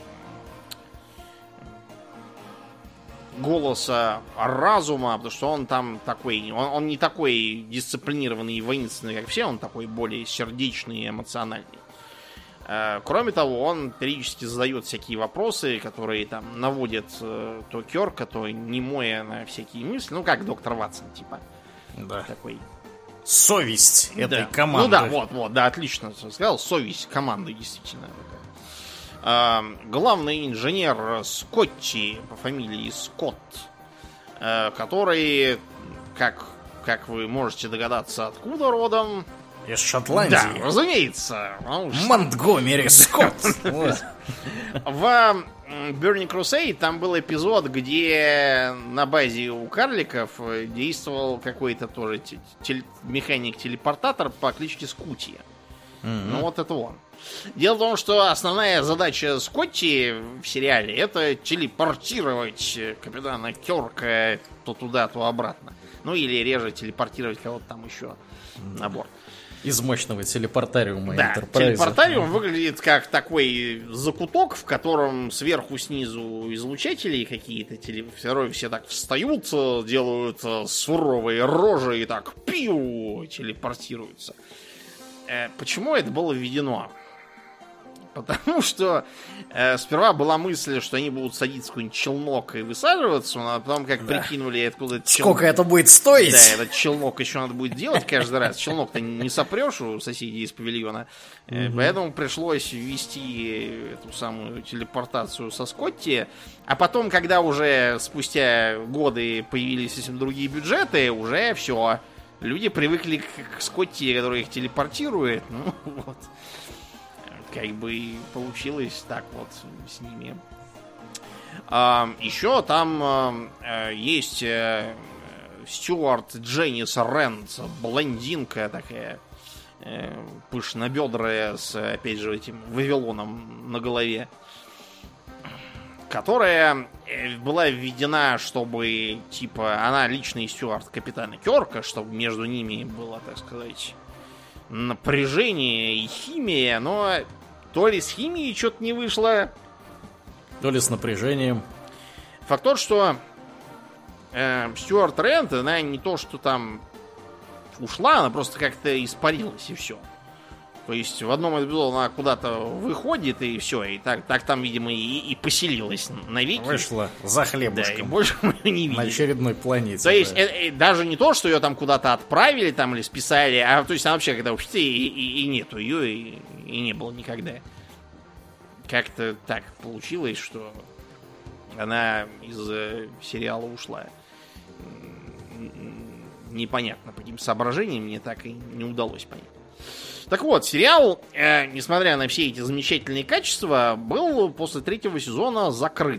голоса разума, потому что он там такой, он не такой дисциплинированный и воинственный, как все, он такой более сердечный и эмоциональный. Кроме того, он периодически задает всякие вопросы, которые там наводят то Кёрка, то немое на всякие мысли. Ну, как доктор Ватсон, типа. Да. Такой. Совесть этой да. команды. Ну да, вот, да, отлично сказал. Совесть команды, действительно. Главный инженер Скотти по фамилии Скотт, который, как вы можете догадаться, откуда родом? Из Шотландии. Да, разумеется. Монтгомери Скотт. В Burning Crusade там был эпизод, где на базе у карликов действовал какой-то тоже механик-телепортатор по кличке Скути. Ну вот это он. Дело в том, что основная задача Скотти в сериале это телепортировать капитана Кёрка то туда, то обратно. Ну или реже телепортировать кого-то там еще на борт. Из мощного телепортариума да, Enterprise. Телепортариум выглядит как такой закуток, в котором сверху, снизу излучатели какие-то. Телевизоры все так встают, делают суровые рожи и так пиу телепортируются. Почему это было введено? Потому что сперва была мысль, что они будут садиться в какой-нибудь челнок и высаживаться, а потом как прикинули, откуда сколько это будет стоить? Да, этот челнок еще надо будет делать каждый раз. Челнок-то не сопрешь у соседей из павильона. Поэтому пришлось ввести эту самую телепортацию со Скотти. А потом, когда уже спустя годы появились совсем другие бюджеты, уже все. Люди привыкли к Скотти, который их телепортирует. Ну вот. Как бы получилось так вот с ними. Еще там есть Стюарт Дженнис Рент, блондинка такая, пышнобедрая, с, опять же, этим Вавилоном на голове, которая была введена, чтобы, типа, она личный стюард капитана Кёрка, чтобы между ними было, так сказать, напряжение и химия, но то ли с химией что-то не вышло, то ли с напряжением. Факт тот, что Стюарт Рент, она не то, что там ушла, она просто как-то испарилась и все. То есть в одном эпизоде она куда-то выходит, и все, и так там, видимо, и поселилась навеки. Вышла за хлебушком. Да, и больше мы ее не видели. На очередной планете. То есть даже не то, что ее там куда-то отправили там или списали, а то есть она вообще когда и нету ее, и не было никогда. Как-то так получилось, что она из сериала ушла. Непонятно, по каким соображениям мне так и не удалось понять. Так вот, сериал, несмотря на все эти замечательные качества, был после 3-го сезона закрыт.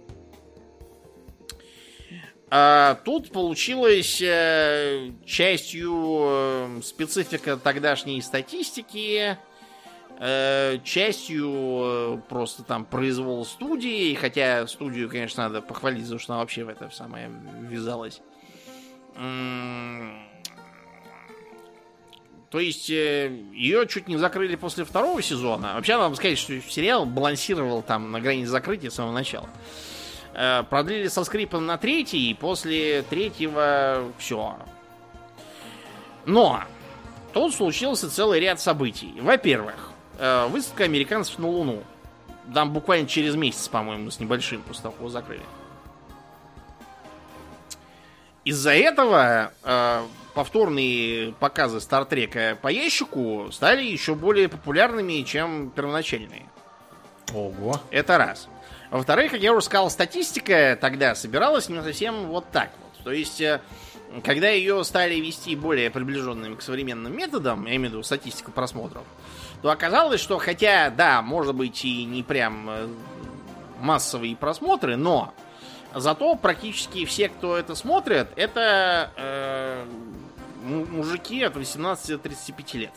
Тут получилось частью специфика тогдашней статистики, частью просто там произвол студии, хотя студию, конечно, надо похвалить, за что она вообще в это самое ввязалась. То есть ее чуть не закрыли после 2-го сезона. Вообще, надо сказать, что сериал балансировал там на грани закрытия с самого начала. Продлили со скрипом на 3-й, и после 3-го все. Но тут случился целый ряд событий. Во-первых, выставка американцев на Луну. Там буквально через месяц, по-моему, с небольшим после того, как его закрыли. Из-за этого повторные показы Стартрека по ящику стали еще более популярными, чем первоначальные. Ого. Это раз. Во-вторых, как я уже сказал, статистика тогда собиралась не совсем вот так вот. То есть, когда ее стали вести более приближенными к современным методам, я имею в виду статистику просмотров, то оказалось, что хотя, да, может быть и не прям массовые просмотры, но зато практически все, кто это смотрит, это мужики от 18 до 35 лет.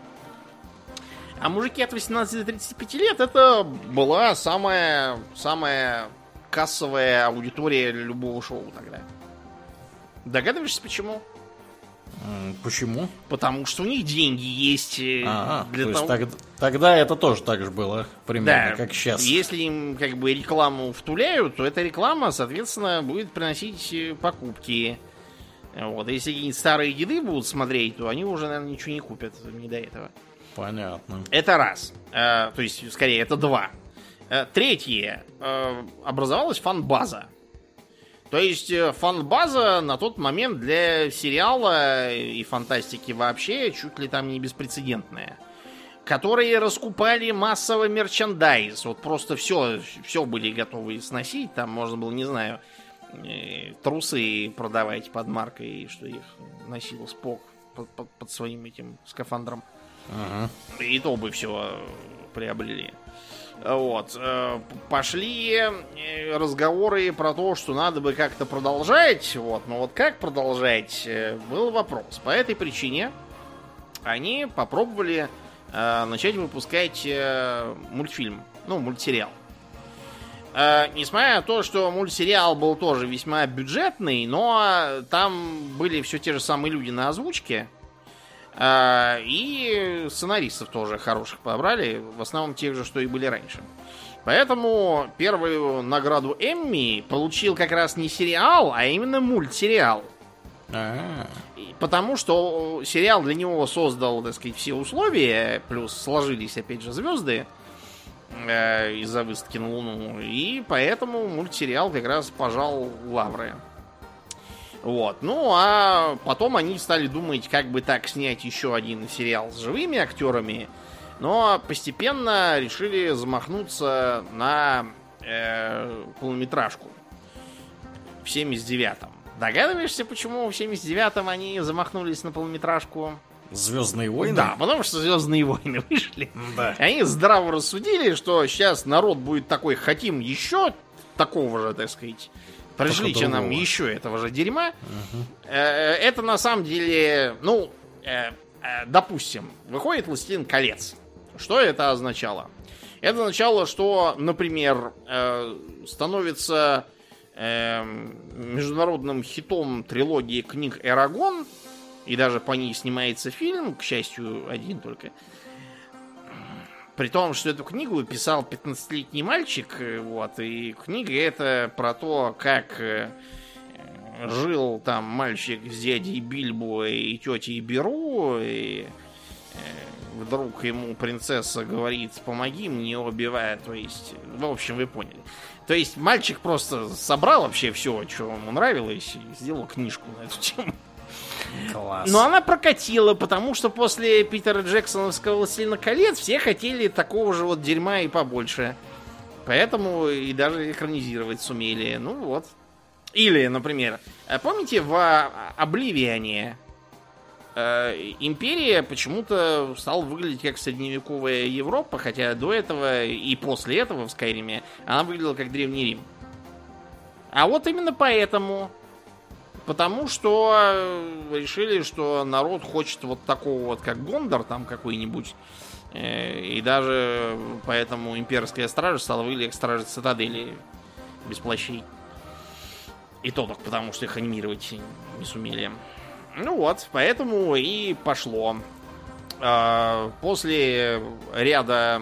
А мужики от 18 до 35 лет это была самая кассовая аудитория любого шоу тогда. Догадываешься, почему? Почему? Потому что у них деньги есть для того... Тогда это тоже так же было, примерно, да, как сейчас. Если им как бы рекламу втуляют, то эта реклама, соответственно, будет приносить покупки. Вот. Если какие-нибудь старые деды будут смотреть, то они уже, наверное, ничего не купят, не до этого. Понятно. Это раз. То есть, скорее, это два. Третье. Образовалась фан-база. То есть, фан-база на тот момент для сериала и фантастики вообще чуть ли там не беспрецедентная. Которые раскупали массово мерчендайз. Вот просто все были готовы сносить. Там можно было, не знаю, трусы продавать под маркой, что их носил Спок под своим этим скафандром. Ага. И то бы все приобрели. Вот. Пошли разговоры про то, что надо бы как-то продолжать. Вот. Но вот как продолжать, был вопрос. По этой причине они попробовали начать выпускать мультфильм. Ну, мультсериал. Несмотря на то, что мультсериал был тоже весьма бюджетный, но там были все те же самые люди на озвучке. И сценаристов тоже хороших подобрали, в основном тех же, что и были раньше. Поэтому первую награду Эмми получил как раз не сериал, а именно мультсериал. Потому что сериал для него создал, так сказать, все условия, плюс сложились, опять же, звезды из-за выставки на Луну, и поэтому мультсериал как раз пожал лавры. Вот. Ну, а потом они стали думать, как бы так снять еще один сериал с живыми актерами, но постепенно решили замахнуться на полнометражку в 79-м. Догадываешься, почему в 79-м они замахнулись на полнометражку? Звездные войны? Да, потому что Звездные войны вышли. Да. И они здраво рассудили, что сейчас народ будет такой, хотим еще такого же, так сказать. Пришлите нам еще этого же дерьма. Это на самом деле, ну, допустим, выходит «Властелин колец». Что это означало? Это означало, что, например, становится международным хитом трилогии книг «Эрагон», и даже по ней снимается фильм, к счастью, один только. При том, что эту книгу писал 15-летний мальчик, вот, и книга это про то, как жил там мальчик с дядей Бильбо и тетей Беру, и вдруг ему принцесса говорит: помоги мне, убивая. То есть, в общем, вы поняли. То есть мальчик просто собрал вообще все, что ему нравилось, и сделал книжку на эту тему. Класс. Но она прокатила, потому что после Питера Джексоновского «Властелина колец» все хотели такого же вот дерьма и побольше. Поэтому и даже экранизировать сумели. Ну вот. Или, например, помните в «Обливионе» империя почему-то стала выглядеть как средневековая Европа, хотя до этого и после этого в Скайриме она выглядела как Древний Рим. А вот именно поэтому. Потому что решили, что народ хочет вот такого вот, как Гондор там какой-нибудь. И даже поэтому имперская стража стала выглядеть как стражи цитадели без плащей. И то только потому, что их анимировать не сумели. Ну вот, поэтому и пошло. После ряда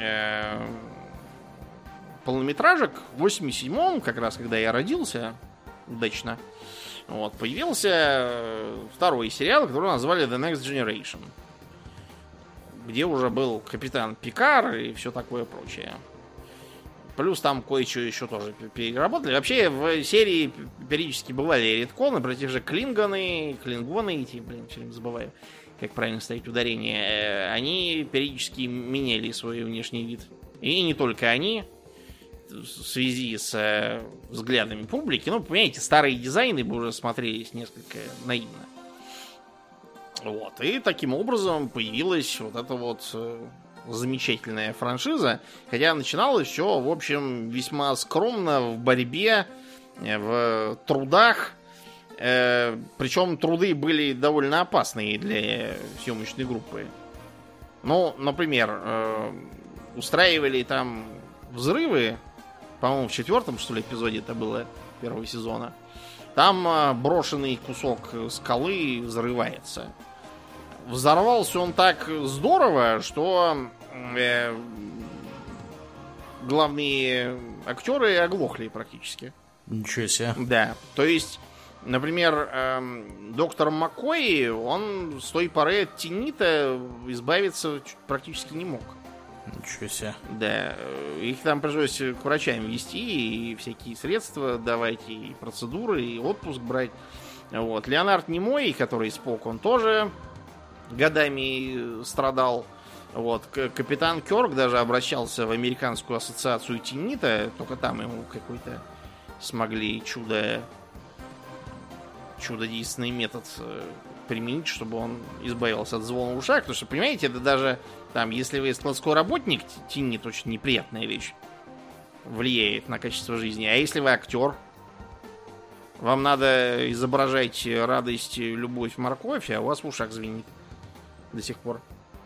полнометражек в 87-м, как раз когда я родился, удачно, вот, появился второй сериал, который назвали The Next Generation, где уже был капитан Пикар и все такое прочее. Плюс там кое-что еще тоже переработали. Вообще в серии периодически бывали редконы про те же клингоны, все время забываю, как правильно ставить ударение. Они периодически меняли свой внешний вид. И не только они, в связи с взглядами публики. Ну, понимаете, старые дизайны бы уже смотрелись несколько наивно. Вот. И таким образом появилась вот эта вот замечательная франшиза. Хотя начиналось все, в общем, весьма скромно, в борьбе, в трудах. Причем труды были довольно опасные для съемочной группы. Ну, например, устраивали там взрывы. По-моему, в 4-м, что ли, эпизоде это было первого сезона. Там брошенный кусок скалы взрывается. Взорвался он так здорово, что главные актеры оглохли практически. Ничего себе. Да, то есть, например, доктор Маккой, он с той поры от тинита избавиться практически не мог. Ничего себе. Да, их там пришлось к врачам везти, и всякие средства давать, и процедуры, и отпуск брать. Вот. Леонард Немой, который Спок, он тоже годами страдал. Вот. Капитан Кёрк даже обращался в Американскую ассоциацию тинита, только там ему какой-то смогли чудодейственный метод применить, чтобы он избавился от звона в ушах. Потому что, понимаете, это даже там, если вы складской работник, тинит очень неприятная вещь. Влияет на качество жизни. А если вы актер, вам надо изображать радость, любовь, морковь, а у вас в ушах звенит до сих пор.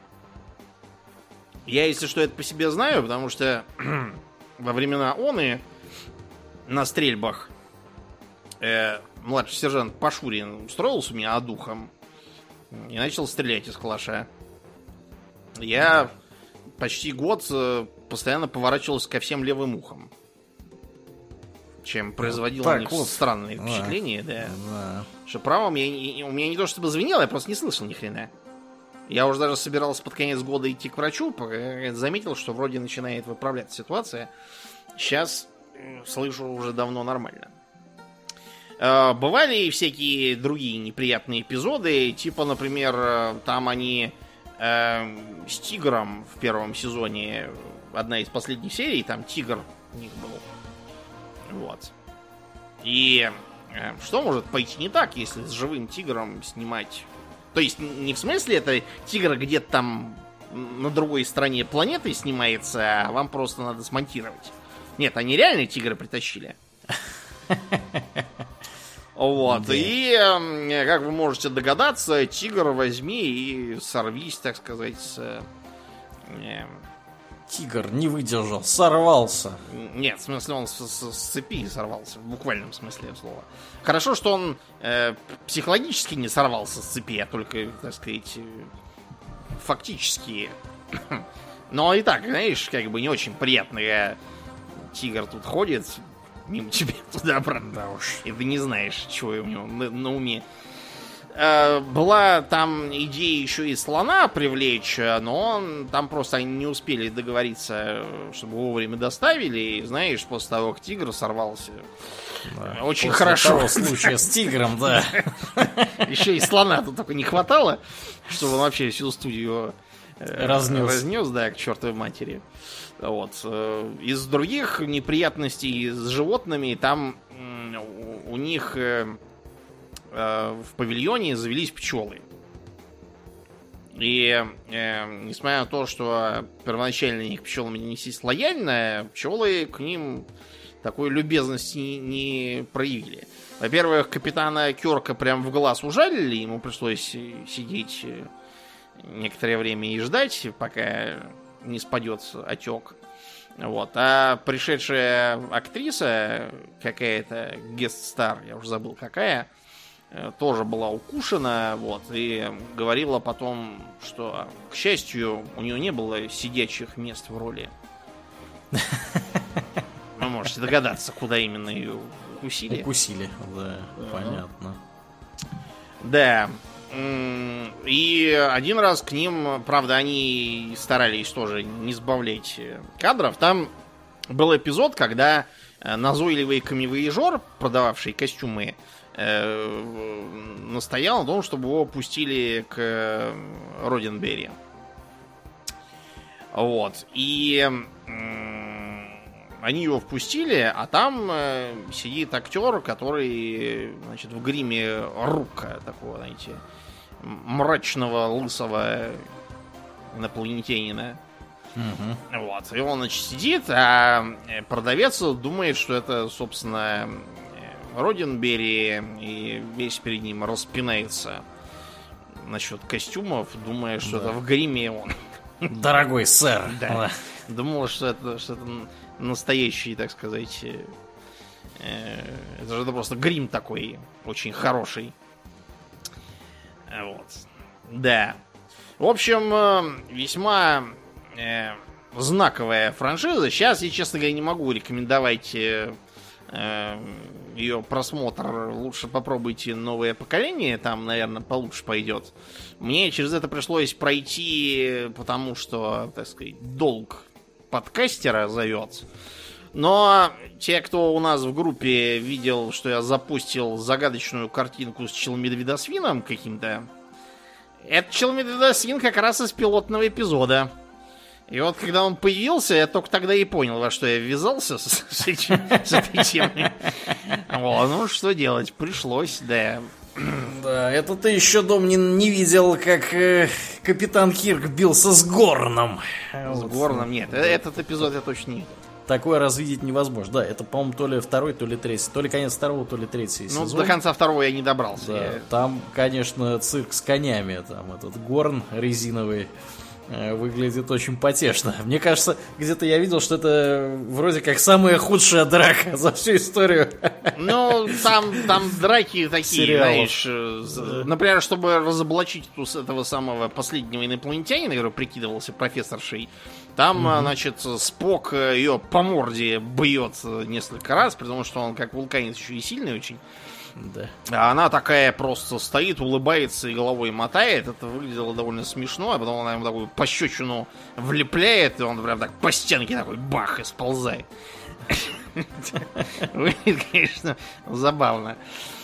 Я, если что, это по себе знаю, потому что во времена ОНы на стрельбах младший сержант Пашурин устроился у меня одухом и начал стрелять из калаша. Я почти год постоянно поворачивался ко всем левым ухам, чем производил так на них вот странные впечатления. Да. Да. Что правом у меня не то чтобы звенело, я просто не слышал ни хрена. Я уже даже собирался под конец года идти к врачу, заметил, что вроде начинает выправляться ситуация. Сейчас слышу уже давно нормально. Бывали и всякие другие неприятные эпизоды, типа, например, там они с тигром в первом сезоне, одна из последних серий, там тигр у них был. Вот. И что может пойти не так, если с живым тигром снимать? То есть не в смысле это тигр где-то там на другой стороне планеты снимается, а вам просто надо смонтировать. Нет, они реально тигра притащили. Вот. И, как вы можете догадаться, тигр возьми и сорвись, так сказать, с... Тигр не выдержал, сорвался. Нет, в смысле, он с цепи сорвался, в буквальном смысле слова. Хорошо, что он психологически не сорвался с цепи, а только, так сказать, фактически. Но и так, знаешь, как бы не очень приятно, когда тигр тут ходит мимо тебя туда-обратно. Да уж. И ты не знаешь, чего у него на уме. была там идея еще и слона привлечь, но там просто они не успели договориться, чтобы вовремя доставили. И, знаешь, после того, как тигр сорвался, очень после хорошо. Того случая с тигром, да. Еще и слона тут только не хватало, чтобы он вообще всю студию разнес, да, к чертовой матери. Вот. Из других неприятностей с животными, там у них в павильоне завелись пчелы. И несмотря на то, что первоначально их пчелами неслись лояльно, пчелы к ним такой любезности не проявили. Во-первых, капитана Кёрка прям в глаз ужалили, ему пришлось сидеть некоторое время и ждать, пока не спадет отек. Вот. А пришедшая актриса какая-то, гест-стар, я уже забыл какая, тоже была укушена, вот, и говорила потом, что, к счастью, у нее не было сидячих мест в роли. Вы можете догадаться, куда именно ее укусили. Укусили, да, понятно. Да. И один раз к ним, правда, они старались тоже не сбавлять кадров. Там был эпизод, когда назойливый камевояжер, продававший костюмы, настоял на том, чтобы его пустили к Роденберри. Вот. И они его впустили, а там сидит актер, который, значит, в гриме Рука, такого, знаете, мрачного, лысого инопланетянина. Угу. Вот. И он, значит, сидит, а продавец думает, что это, собственно, Роденберри, и весь перед ним распинается насчет костюмов, думая, что это в гриме он. Дорогой сэр. Да. Думал, что это настоящий, так сказать. Это же просто грим такой, очень хороший. Вот. Да. В общем, весьма знаковая франшиза. Сейчас я, честно говоря, не могу рекомендовать ее просмотр. Лучше попробуйте новое поколение, там, наверное, получше пойдет. Мне через это пришлось пройти, потому что, так сказать, долг подкастера зовет. Но те, кто у нас в группе видел, что я запустил загадочную картинку с челмедведосвином каким-то, это челмедведосвин как раз из пилотного эпизода. И вот когда он появился, я только тогда и понял, во что я ввязался с этой темой. Вот, ну что делать, пришлось, да. Да, это ты еще, Дом, не видел, как капитан Кирк бился с Горном. С Горном нет, этот эпизод я точно не видел. Такое развидеть невозможно. Да, это, по-моему, то ли второй, то ли третий. То ли конец второго, то ли третий сезон. Ну, до конца второго я не добрался. Да, там, конечно, цирк с конями. Там этот Горн резиновый выглядит очень потешно. Мне кажется, где-то я видел, что это вроде как самая худшая драка за всю историю. Ну, там драки такие, сериалов. Знаешь, например, чтобы разоблачить этого самого последнего инопланетянина, который прикидывался профессоршей, там, значит, Спок ее по морде бьет несколько раз, потому что он как вулканец еще и сильный очень. Да. А она такая просто стоит, улыбается и головой мотает. Это выглядело довольно смешно. А потом она ему такую пощечину влепляет, и он прям так по стенке такой бах и сползает. Выглядит, конечно, забавно.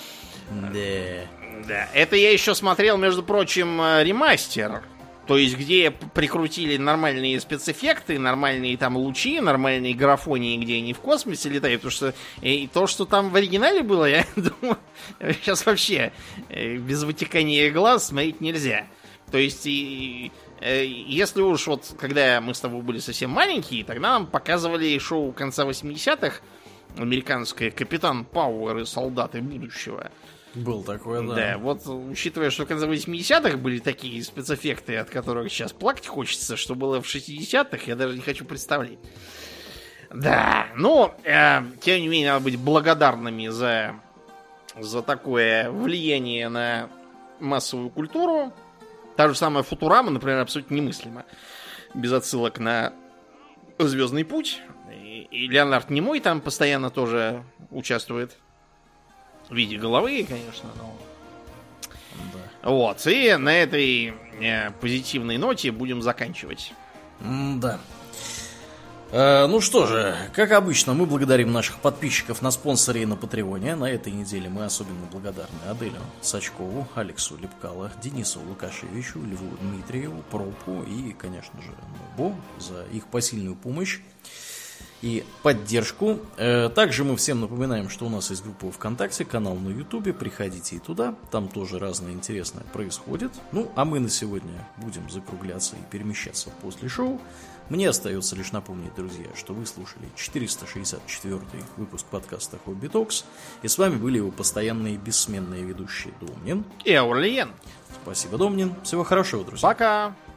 Да. Это я еще смотрел, между прочим, ремастер. То есть, где прикрутили нормальные спецэффекты, нормальные там лучи, нормальные графонии, где они в космосе летают. Потому что и то, что там в оригинале было, я думаю, сейчас вообще без вытекания глаз смотреть нельзя. То есть, если уж вот, когда мы с тобой были совсем маленькие, тогда нам показывали шоу конца 80-х, американское «Капитан Пауэр и солдаты будущего». Был такой, да. Да, вот учитывая, что в конце 80-х были такие спецэффекты, от которых сейчас плакать хочется, что было в 60-х, я даже не хочу представлять. Да, но, тем не менее, надо быть благодарными за такое влияние на массовую культуру. Та же самая Футурама, например, абсолютно немыслима без отсылок на «Звездный путь». И Леонард Немой там постоянно тоже участвует. В виде головы, конечно, но... Да. Вот, и на этой позитивной ноте будем заканчивать. Да. Ну что же, как обычно, мы благодарим наших подписчиков на спонсоре и на Патреоне. На этой неделе мы особенно благодарны Аделю Сачкову, Алексу Лепкало, Денису Лукашевичу, Льву Дмитриеву, Пропу и, конечно же, Нобу за их посильную помощь и поддержку. Также мы всем напоминаем, что у нас есть группа ВКонтакте, канал на Ютубе. Приходите и туда, там тоже разное интересное происходит. Ну, а мы на сегодня будем закругляться и перемещаться после шоу. Мне остается лишь напомнить, друзья, что вы слушали 464-й выпуск подкаста Хобби Токс. И с вами были его постоянные бессменные ведущие Домнин и Аурлиен. Спасибо, Домнин. Всего хорошего, друзья. Пока.